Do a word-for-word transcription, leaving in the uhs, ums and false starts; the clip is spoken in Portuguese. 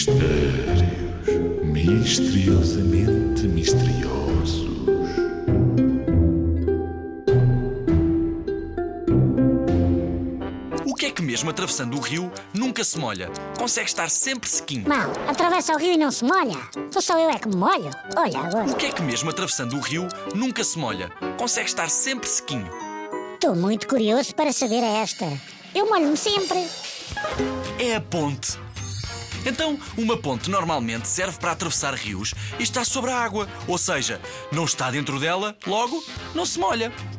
Mistérios misteriosamente misteriosos. O que é que mesmo atravessando o rio nunca se molha? Consegue estar sempre sequinho. Mal, atravessa o rio e não se molha. Sou só eu é que me molho. Olha agora. O que é que mesmo atravessando o rio nunca se molha? Consegue estar sempre sequinho. Estou muito curioso para saber esta. Eu molho-me sempre. É a ponte. Então, uma ponte normalmente serve para atravessar rios e está sobre a água. Ou seja, não está dentro dela, logo, não se molha.